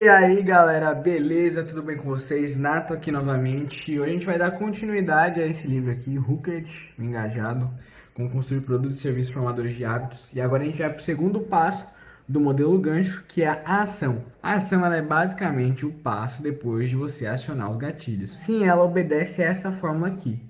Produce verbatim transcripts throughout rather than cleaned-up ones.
E aí galera, beleza? Tudo bem com vocês? Nato aqui novamente. Hoje a gente vai dar continuidade a esse livro aqui, Hooked, o Engajado, como construir produtos e serviços formadores de hábitos. E agora a gente vai para o segundo passo do modelo gancho, que é a ação. A ação ela é basicamente o passo depois de você acionar os gatilhos. Sim, ela obedece a essa fórmula aqui.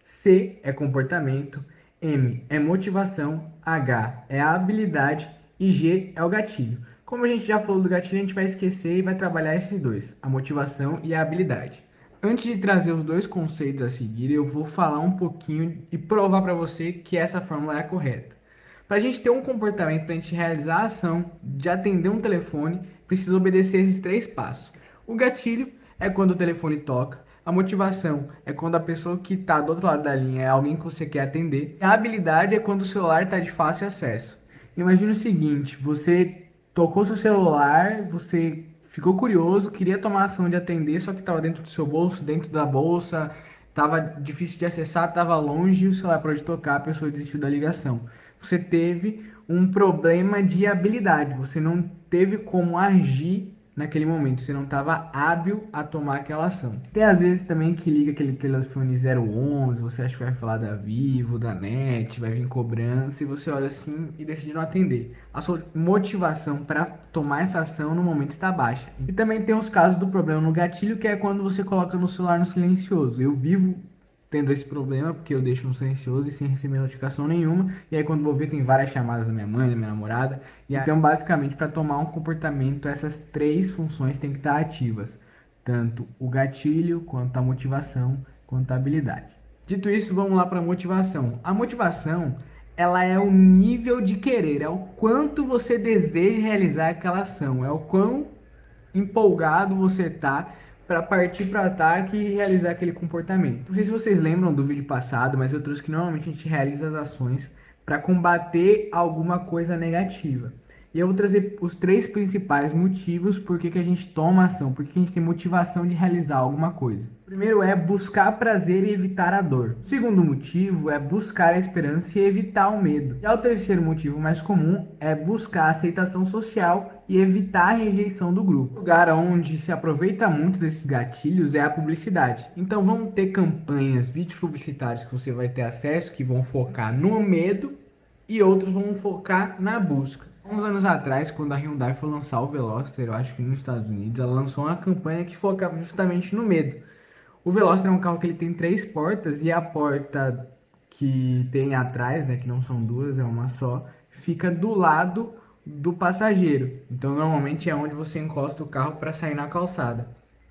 C é comportamento, M é motivação, H é a habilidade e G é o gatilho. Como a gente já falou do gatilho, a gente vai esquecer e vai trabalhar esses dois, a motivação e a habilidade. Antes de trazer os dois conceitos a seguir, eu vou falar um pouquinho e provar para você que essa fórmula é a correta. Para a gente ter um comportamento, para a gente realizar a ação de atender um telefone, precisa obedecer esses três passos. O gatilho é quando o telefone toca. A motivação é quando a pessoa que está do outro lado da linha é alguém que você quer atender. A habilidade é quando o celular está de fácil acesso. Imagina o seguinte, você tocou seu celular, você ficou curioso, queria tomar ação de atender, só que estava dentro do seu bolso, dentro da bolsa, estava difícil de acessar, estava longe, o celular parou de tocar, a pessoa desistiu da ligação. Você teve um problema de habilidade, você não teve como agir naquele momento, você não estava hábil a tomar aquela ação. Tem às vezes também que liga aquele telefone zero onze, você acha que vai falar da Vivo, da NET, vai vir cobrança e você olha assim e decide não atender. A sua motivação para tomar essa ação no momento está baixa. E também tem os casos do problema no gatilho, que é quando você coloca no celular no silencioso. Eu vivo tendo esse problema, porque eu deixo no silencioso e sem receber notificação nenhuma. E aí quando vou ver tem várias chamadas da minha mãe, da minha namorada. E aí, então basicamente para tomar um comportamento, essas três funções têm que estar ativas. Tanto o gatilho, quanto a motivação, quanto a habilidade. Dito isso, vamos lá para a motivação. A motivação, ela é o nível de querer, é o quanto você deseja realizar aquela ação, é o quão empolgado você tá para partir para ataque e realizar aquele comportamento. Não sei se vocês lembram do vídeo passado, mas eu trouxe que normalmente a gente realiza as ações para combater alguma coisa negativa. E eu vou trazer os três principais motivos por que, que a gente toma ação, por que, que a gente tem motivação de realizar alguma coisa. O primeiro é buscar prazer e evitar a dor. O segundo motivo é buscar a esperança e evitar o medo. E o terceiro motivo mais comum é buscar a aceitação social e evitar a rejeição do grupo. O lugar onde se aproveita muito desses gatilhos é a publicidade. Então vamos ter campanhas, vídeos publicitários que você vai ter acesso, que vão focar no medo e outros vão focar na busca. Uns anos atrás, quando a Hyundai foi lançar o Veloster, eu acho que nos Estados Unidos, ela lançou uma campanha que focava justamente no medo. O Veloster é um carro que ele tem três portas e a porta que tem atrás, né, que não são duas, é uma só, fica do lado do passageiro. Então normalmente é onde você encosta o carro para sair na calçada.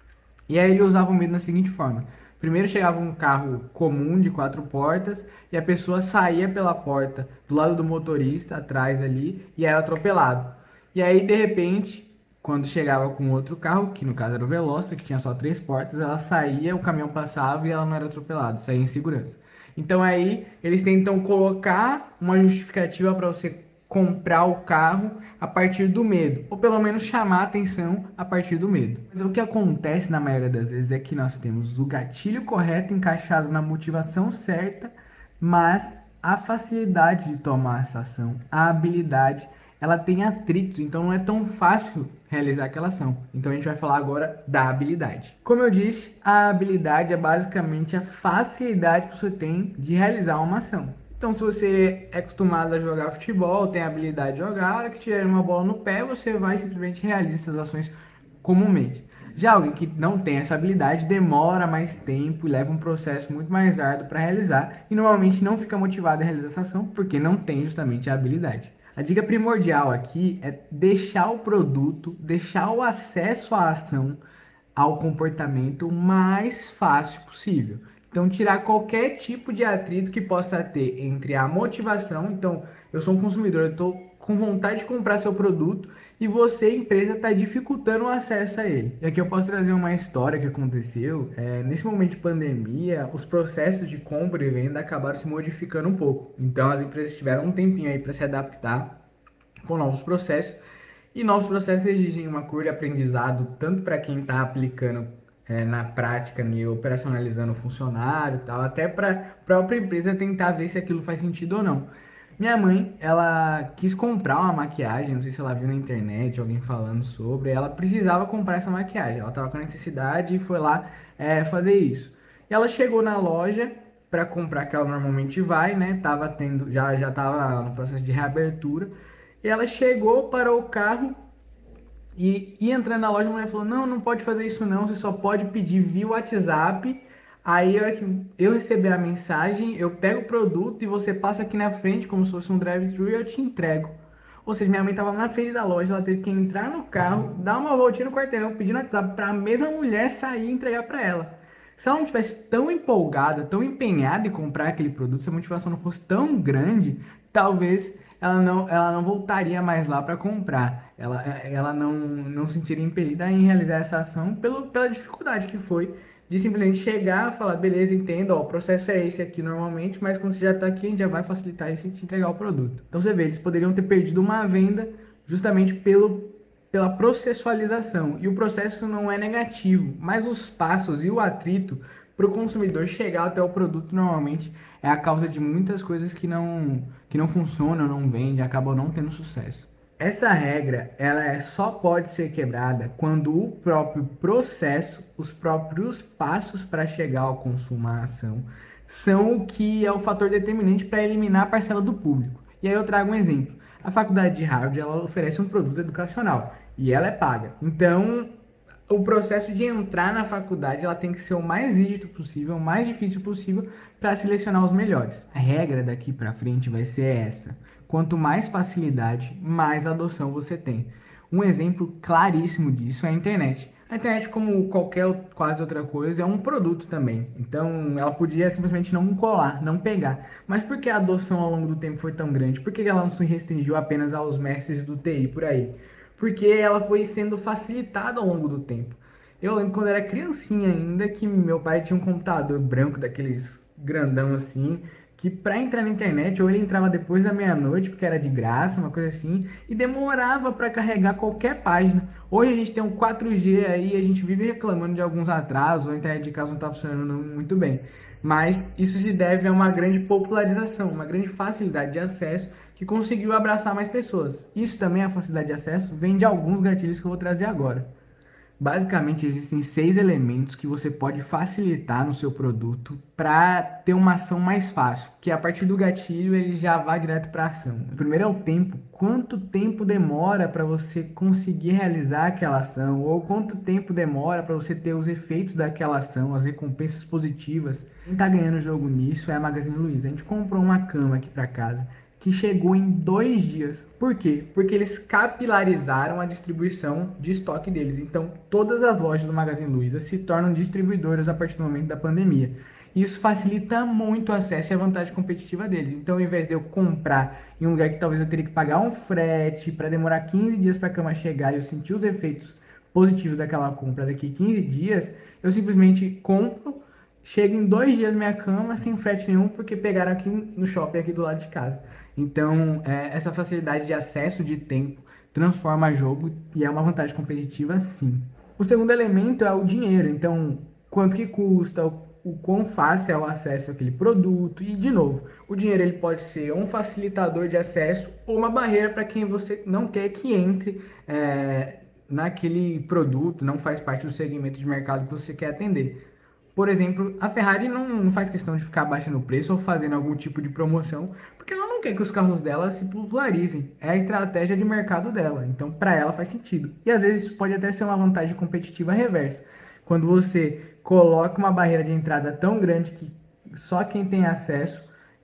E aí ele usava o medo da seguinte forma: primeiro chegava um carro comum de quatro portas e a pessoa saía pela porta do lado do motorista, atrás ali, e era atropelado. E aí de repente, quando chegava com outro carro, que no caso era o Veloster, que tinha só três portas, ela saía, o caminhão passava e ela não era atropelada, saía em segurança. Então aí eles tentam colocar uma justificativa para você comprar o carro a partir do medo, ou pelo menos chamar a atenção a partir do medo. Mas o que acontece na maioria das vezes é que nós temos o gatilho correto encaixado na motivação certa, mas a facilidade de tomar essa ação, a habilidade, ela tem atritos, então não é tão fácil realizar aquela ação. Então a gente vai falar agora da habilidade. Como eu disse, a habilidade é basicamente a facilidade que você tem de realizar uma ação. Então, se você é acostumado a jogar futebol, tem a habilidade de jogar, a hora que tiver uma bola no pé, você vai simplesmente realizar essas ações comumente. Já alguém que não tem essa habilidade demora mais tempo e leva um processo muito mais árduo para realizar e normalmente não fica motivado a realizar essa ação porque não tem justamente a habilidade. A dica primordial aqui é deixar o produto, deixar o acesso à ação, ao comportamento mais fácil possível. Então, tirar qualquer tipo de atrito que possa ter entre a motivação. Então, eu sou um consumidor, eu estou com vontade de comprar seu produto e você, empresa, está dificultando o acesso a ele. E aqui eu posso trazer uma história que aconteceu. É, nesse momento de pandemia, os processos de compra e venda acabaram se modificando um pouco. Então, as empresas tiveram um tempinho aí para se adaptar com novos processos. E novos processos exigem uma curva de aprendizado, tanto para quem está aplicando é, na prática, né, operacionalizando o funcionário e tal, até para a própria empresa tentar ver se aquilo faz sentido ou não. Minha mãe, ela quis comprar uma maquiagem, não sei se ela viu na internet alguém falando sobre, ela precisava comprar essa maquiagem, ela tava com necessidade e foi lá é, fazer isso. E ela chegou na loja para comprar, que ela normalmente vai, né? Tava tendo, já já tava no processo de reabertura. E ela chegou, parou o carro e ia entrando na loja, a mulher falou: Não, não pode fazer isso não, você só pode pedir via WhatsApp. Aí, a hora que eu receber a mensagem, eu pego o produto e você passa aqui na frente, como se fosse um drive-thru, e eu te entrego. Ou seja, minha mãe estava na frente da loja, ela teve que entrar no carro, dar uma voltinha no quarteirão, pedir no WhatsApp para a mesma mulher sair e entregar para ela. Se ela não tivesse tão empolgada, tão empenhada em comprar aquele produto, se a motivação não fosse tão grande, talvez ela não, ela não voltaria mais lá para comprar. Ela, ela não, não sentiria impelida em realizar essa ação pelo, pela dificuldade que foi de simplesmente chegar, falar: beleza, entendo, ó, o processo é esse aqui normalmente, mas quando você já está aqui, a gente já vai facilitar isso e te entregar o produto. Então você vê, eles poderiam ter perdido uma venda justamente pelo, pela processualização. E o processo não é negativo, mas os passos e o atrito para o consumidor chegar até o produto normalmente é a causa de muitas coisas que não, que não funcionam, não vendem, acabam não tendo sucesso. Essa regra, ela é, só pode ser quebrada quando o próprio processo, os próprios passos para chegar ao consumo, à ação, são o que é o fator determinante para eliminar a parcela do público. E aí eu trago um exemplo. A faculdade de Harvard, ela oferece um produto educacional e ela é paga. Então, o processo de entrar na faculdade, ela tem que ser o mais rígido possível, o mais difícil possível para selecionar os melhores. A regra daqui para frente vai ser essa: quanto mais facilidade, mais adoção você tem. Um exemplo claríssimo disso é a internet. A internet, como qualquer quase outra coisa, é um produto também. Então, ela podia simplesmente não colar, não pegar. Mas por que a adoção ao longo do tempo foi tão grande? Por que ela não se restringiu apenas aos mestres do T I por aí? Porque ela foi sendo facilitada ao longo do tempo. Eu lembro quando eu era criancinha ainda que meu pai tinha um computador branco daqueles grandão assim, que para entrar na internet, ou ele entrava depois da meia-noite, porque era de graça, uma coisa assim, e demorava para carregar qualquer página. Hoje a gente tem um quatro G aí, a gente vive reclamando de alguns atrasos, a internet de casa não está funcionando muito bem. Mas isso se deve a uma grande popularização, uma grande facilidade de acesso que conseguiu abraçar mais pessoas. Isso também, a facilidade de acesso, vem de alguns gatilhos que eu vou trazer agora. Basicamente, existem seis elementos que você pode facilitar no seu produto para ter uma ação mais fácil, que a partir do gatilho ele já vai direto para a ação. O primeiro é o tempo. Quanto tempo demora para você conseguir realizar aquela ação, ou quanto tempo demora para você ter os efeitos daquela ação, as recompensas positivas. Quem está ganhando o jogo nisso é a Magazine Luiza. A gente comprou uma cama aqui para casa que chegou em dois dias. Por quê? Porque eles capilarizaram a distribuição de estoque deles. Então, todas as lojas do Magazine Luiza se tornam distribuidoras a partir do momento da pandemia. Isso facilita muito o acesso e a vantagem competitiva deles. Então, ao invés de eu comprar em um lugar que talvez eu teria que pagar um frete para demorar quinze dias para a cama chegar e eu sentir os efeitos positivos daquela compra daqui quinze dias, eu simplesmente compro, chega em dois dias minha cama sem frete nenhum, porque pegaram aqui no shopping aqui do lado de casa. Então, é, essa facilidade de acesso de tempo transforma jogo e é uma vantagem competitiva, sim. O segundo elemento é o dinheiro. Então, quanto que custa, o, o quão fácil é o acesso àquele produto. E, de novo, o dinheiro ele pode ser um facilitador de acesso ou uma barreira para quem você não quer que entre é, naquele produto, não faz parte do segmento de mercado que você quer atender. Por exemplo, a Ferrari não, não faz questão de ficar abaixando o preço ou fazendo algum tipo de promoção, porque ela não quer que os carros dela se popularizem. É a estratégia de mercado dela, então para ela faz sentido. E às vezes isso pode até ser uma vantagem competitiva reversa. Quando você coloca uma barreira de entrada tão grande que só quem tem acesso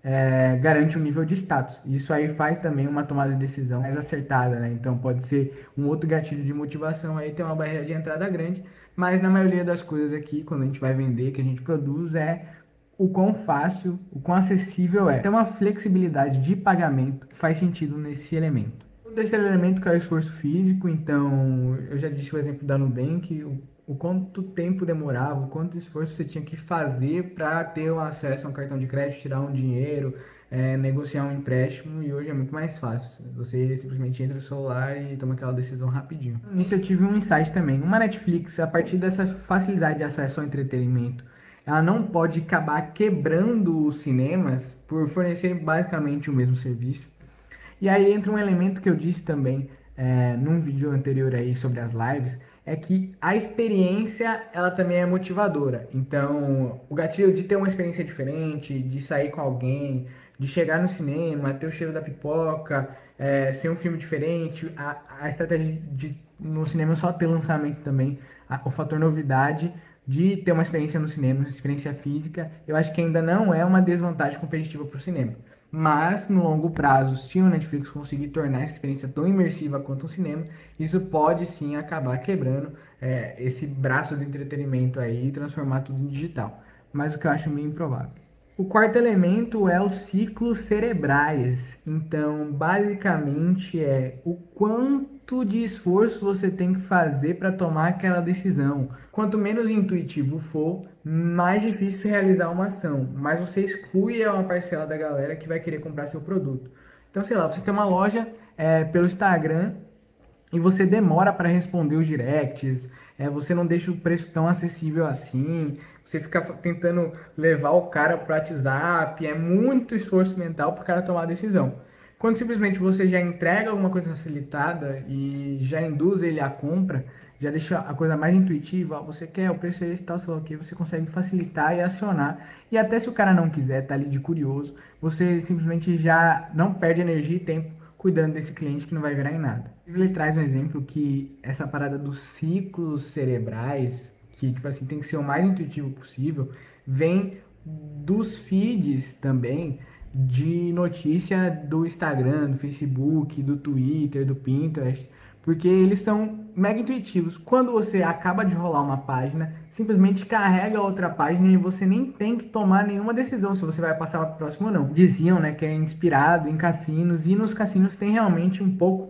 é, garante um nível de status. Isso aí faz também uma tomada de decisão mais acertada, né? Então pode ser um outro gatilho de motivação aí ter uma barreira de entrada grande, mas na maioria das coisas aqui, quando a gente vai vender, que a gente produz, é o quão fácil, o quão acessível é. Tem uma flexibilidade de pagamento que faz sentido nesse elemento. O terceiro elemento que é o esforço físico, então eu já disse o exemplo da Nubank, o, o quanto tempo demorava, o quanto esforço você tinha que fazer para ter o acesso a um cartão de crédito, tirar um dinheiro, é, negociar um empréstimo, e hoje é muito mais fácil. Você simplesmente entra no celular e toma aquela decisão rapidinho. Nisso eu tive um insight também. Uma Netflix, a partir dessa facilidade de acesso ao entretenimento, ela não pode acabar quebrando os cinemas por fornecerem basicamente o mesmo serviço. E aí entra um elemento que eu disse também é, num vídeo anterior aí sobre as lives, é que a experiência ela também é motivadora. Então, o gatilho de ter uma experiência diferente, de sair com alguém, de chegar no cinema, ter o cheiro da pipoca, é, ser um filme diferente, a, a estratégia de no cinema só ter lançamento também, a, o fator novidade de ter uma experiência no cinema, uma experiência física, eu acho que ainda não é uma desvantagem competitiva para o cinema. Mas, no longo prazo, se o Netflix conseguir tornar essa experiência tão imersiva quanto o cinema, isso pode sim acabar quebrando é, esse braço de entretenimento aí e transformar tudo em digital. Mas o que eu acho meio improvável. O quarto elemento é os ciclos cerebrais. Então, basicamente é o quanto de esforço você tem que fazer para tomar aquela decisão. Quanto menos intuitivo for, mais difícil realizar uma ação, mas você exclui uma parcela da galera que vai querer comprar seu produto. Então, sei lá, você tem uma loja é, pelo Instagram e você demora para responder os directs, é, você não deixa o preço tão acessível assim, você fica tentando levar o cara pro WhatsApp, é muito esforço mental para o cara tomar a decisão. Quando simplesmente você já entrega alguma coisa facilitada e já induz ele à compra, já deixa a coisa mais intuitiva, ó, você quer o preço é esse tal, sei lá o que, você consegue facilitar e acionar. E até se o cara não quiser, tá ali de curioso, você simplesmente já não perde energia e tempo cuidando desse cliente que não vai virar em nada. Ele traz um exemplo que essa parada dos ciclos cerebrais, que tipo assim, tem que ser o mais intuitivo possível, vem dos feeds também de notícia do Instagram, do Facebook, do Twitter, do Pinterest, porque eles são mega intuitivos. Quando você acaba de rolar uma página, simplesmente carrega a outra página e você nem tem que tomar nenhuma decisão se você vai passar para o próximo ou não. Diziam, né, que é inspirado em cassinos, e nos cassinos tem realmente um pouco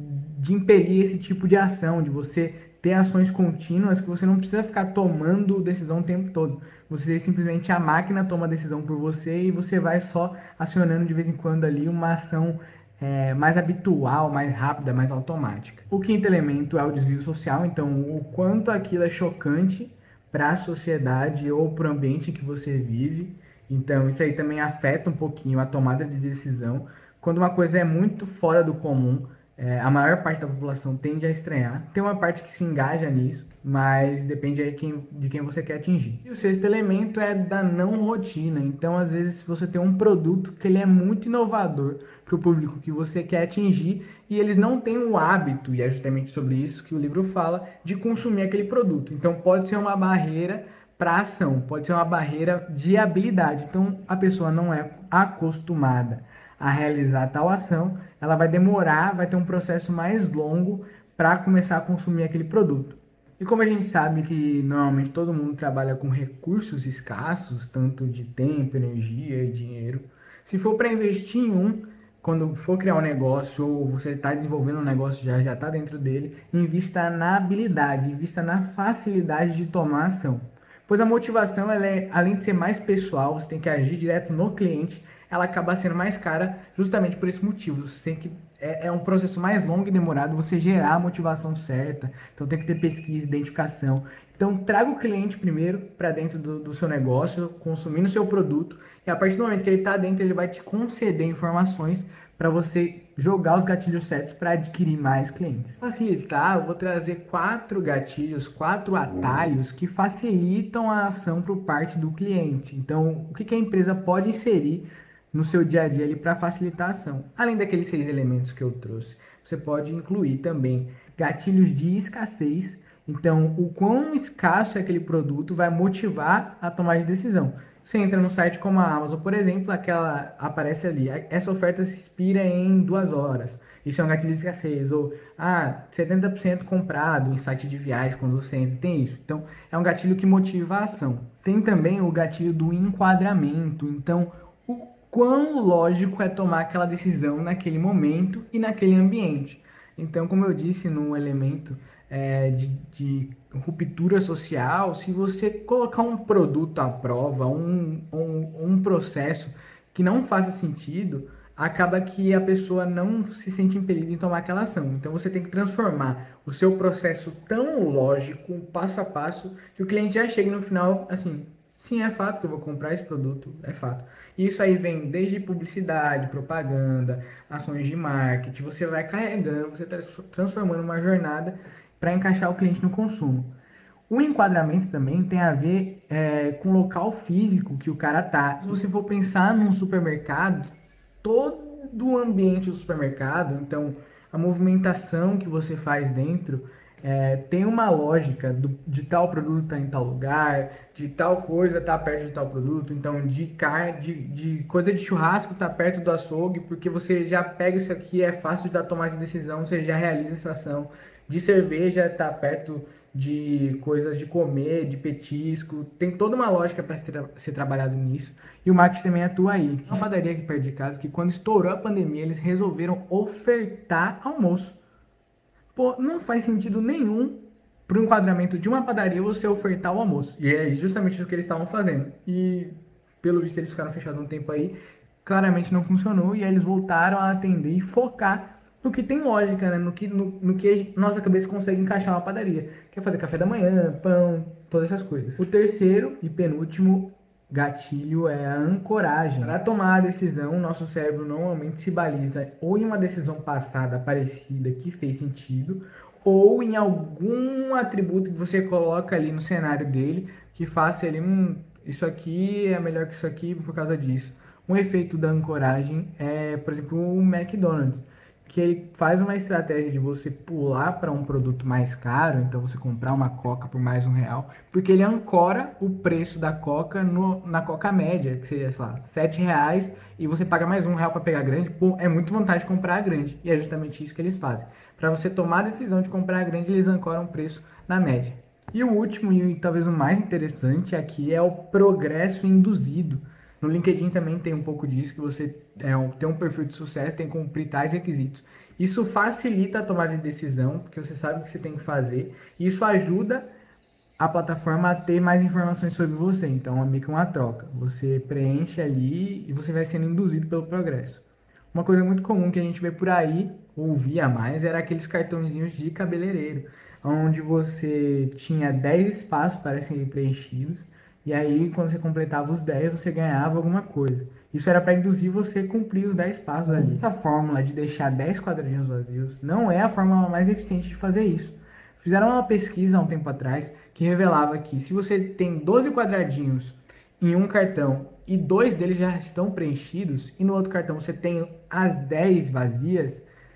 de impedir esse tipo de ação, de você ter ações contínuas que você não precisa ficar tomando decisão o tempo todo. Você simplesmente, a máquina toma a decisão por você e você vai só acionando de vez em quando ali uma ação é, mais habitual, mais rápida, mais automática. O quinto elemento é o desvio social, então o quanto aquilo é chocante para a sociedade ou para o ambiente que você vive. Então isso aí também afeta um pouquinho a tomada de decisão. Quando uma coisa é muito fora do comum, é, a maior parte da população tende a estranhar. Tem uma parte que se engaja nisso, mas depende aí quem, de quem você quer atingir. E o sexto elemento é da não rotina. Então, às vezes, se você tem um produto que ele é muito inovador para o público que você quer atingir e eles não têm o hábito, e é justamente sobre isso que o livro fala, de consumir aquele produto. Então, pode ser uma barreira para ação, pode ser uma barreira de habilidade. Então, a pessoa não é acostumada a realizar tal ação, ela vai demorar, vai ter um processo mais longo para começar a consumir aquele produto. E como a gente sabe que normalmente todo mundo trabalha com recursos escassos, tanto de tempo, energia e dinheiro, se for para investir em um, quando for criar um negócio ou você está desenvolvendo um negócio já já está dentro dele, invista na habilidade, invista na facilidade de tomar ação. Pois a motivação, ela é, além de ser mais pessoal, você tem que agir direto no cliente, ela acaba sendo mais cara justamente por esse motivo. Você tem que, é, é um processo mais longo e demorado você gerar a motivação certa. Então tem que ter pesquisa, identificação. Então traga o cliente primeiro para dentro do, do seu negócio, consumindo o seu produto. E a partir do momento que ele está dentro, ele vai te conceder informações para você jogar os gatilhos certos para adquirir mais clientes. Para facilitar, eu vou trazer quatro gatilhos, quatro atalhos que facilitam a ação por parte do cliente. Então, o que, que a empresa pode inserir no seu dia a dia ali para facilitar a ação? Além daqueles seis elementos que eu trouxe, você pode incluir também gatilhos de escassez. Então, o quão escasso é aquele produto vai motivar a tomada de decisão. Você entra no site como a Amazon, por exemplo, aquela aparece ali, essa oferta se expira em duas horas. Isso é um gatilho de escassez. Ou, ah, setenta por cento comprado em site de viagem, quando você entra, tem isso. Então, é um gatilho que motiva a ação. Tem também o gatilho do enquadramento. Então, o quão lógico é tomar aquela decisão naquele momento e naquele ambiente. Então, como eu disse no elemento é, de, de ruptura social, se você colocar um produto à prova, um, um, um processo que não faça sentido, acaba que a pessoa não se sente impelida em tomar aquela ação. Então você tem que transformar o seu processo tão lógico, passo a passo, que o cliente já chegue no final assim, Sim, é fato que eu vou comprar esse produto, é fato. E isso aí vem desde publicidade, propaganda, ações de marketing, você vai carregando, você está transformando uma jornada para encaixar o cliente no consumo. O enquadramento também tem a ver é, com o local físico que o cara tá. Se você for pensar num supermercado, todo o ambiente do supermercado, então a movimentação que você faz dentro, é, tem uma lógica do, de tal produto estar tá em tal lugar, de tal coisa estar tá perto de tal produto, então de carne, de, de coisa de churrasco estar tá perto do açougue, porque você já pega isso aqui, é fácil de dar tomar de decisão, você já realiza essa ação. De cerveja estar tá perto de coisas de comer, de petisco, tem toda uma lógica para ser, ser trabalhado nisso. E o marketing também atua aí. Uma padaria aqui perto de casa que quando estourou a pandemia, eles resolveram ofertar almoço. Pô, não faz sentido nenhum para o enquadramento de uma padaria você ofertar o almoço. E é justamente o que eles estavam fazendo. E pelo visto eles ficaram fechados um tempo aí, claramente não funcionou e aí eles voltaram a atender e focar no que tem lógica, né? No que, no, no que nossa cabeça consegue encaixar uma padaria. Que é fazer café da manhã, pão, todas essas coisas. O terceiro e penúltimo gatilho é a ancoragem. Para tomar a decisão, nosso cérebro normalmente se baliza ou em uma decisão passada parecida que fez sentido, ou em algum atributo que você coloca ali no cenário dele que faça ele, hum, isso aqui é melhor que isso aqui por causa disso. Um efeito da ancoragem é, por exemplo, o McDonald's, que ele faz uma estratégia de você pular para um produto mais caro, então você comprar uma Coca por mais um real, porque ele ancora o preço da Coca no, na Coca média, que seria, sei lá, sete reais, e você paga mais um real para pegar a grande. Pô, é muito vantagem comprar a grande, e é justamente isso que eles fazem. Para você tomar a decisão de comprar a grande, eles ancoram o preço na média. E o último, e talvez o mais interessante aqui, é o progresso induzido. No LinkedIn também tem um pouco disso, que você é, um, tem um perfil de sucesso, tem que cumprir tais requisitos. Isso facilita a tomada de decisão, porque você sabe o que você tem que fazer. E isso ajuda a plataforma a ter mais informações sobre você. Então, é meio que uma troca. Você preenche ali e você vai sendo induzido pelo progresso. Uma coisa muito comum que a gente vê por aí, ou via mais, era aqueles cartõezinhos de cabeleireiro, onde você tinha dez espaços para serem preenchidos, e aí quando você completava os dez, você ganhava alguma coisa. Isso era para induzir você a cumprir os dez passos ali. Essa fórmula de deixar dez quadradinhos vazios não é a fórmula mais eficiente de fazer isso. Fizeram uma pesquisa há um tempo atrás que revelava que se você tem doze quadradinhos em um cartão e dois deles já estão preenchidos, e no outro cartão você tem as dez vazias,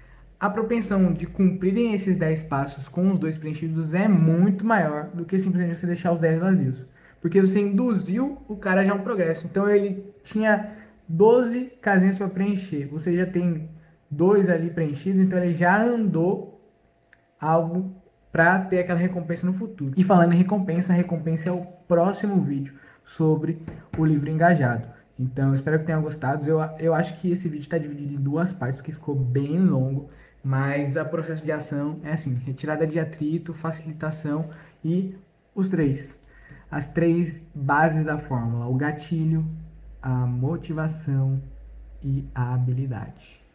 a propensão de cumprirem esses dez passos com os dois preenchidos é muito maior do que simplesmente você deixar os dez vazios. Porque você induziu o cara já a um progresso. Então ele tinha doze casinhas para preencher. Você já tem dois ali preenchidos, então ele já andou algo para ter aquela recompensa no futuro. E falando em recompensa, a recompensa é o próximo vídeo sobre o livro Engajado. Então, espero que tenham gostado. Eu, eu acho que esse vídeo está dividido em duas partes, porque ficou bem longo. Mas o processo de ação é assim, retirada de atrito, facilitação e os três. As três bases da fórmula: o gatilho, a motivação e a habilidade.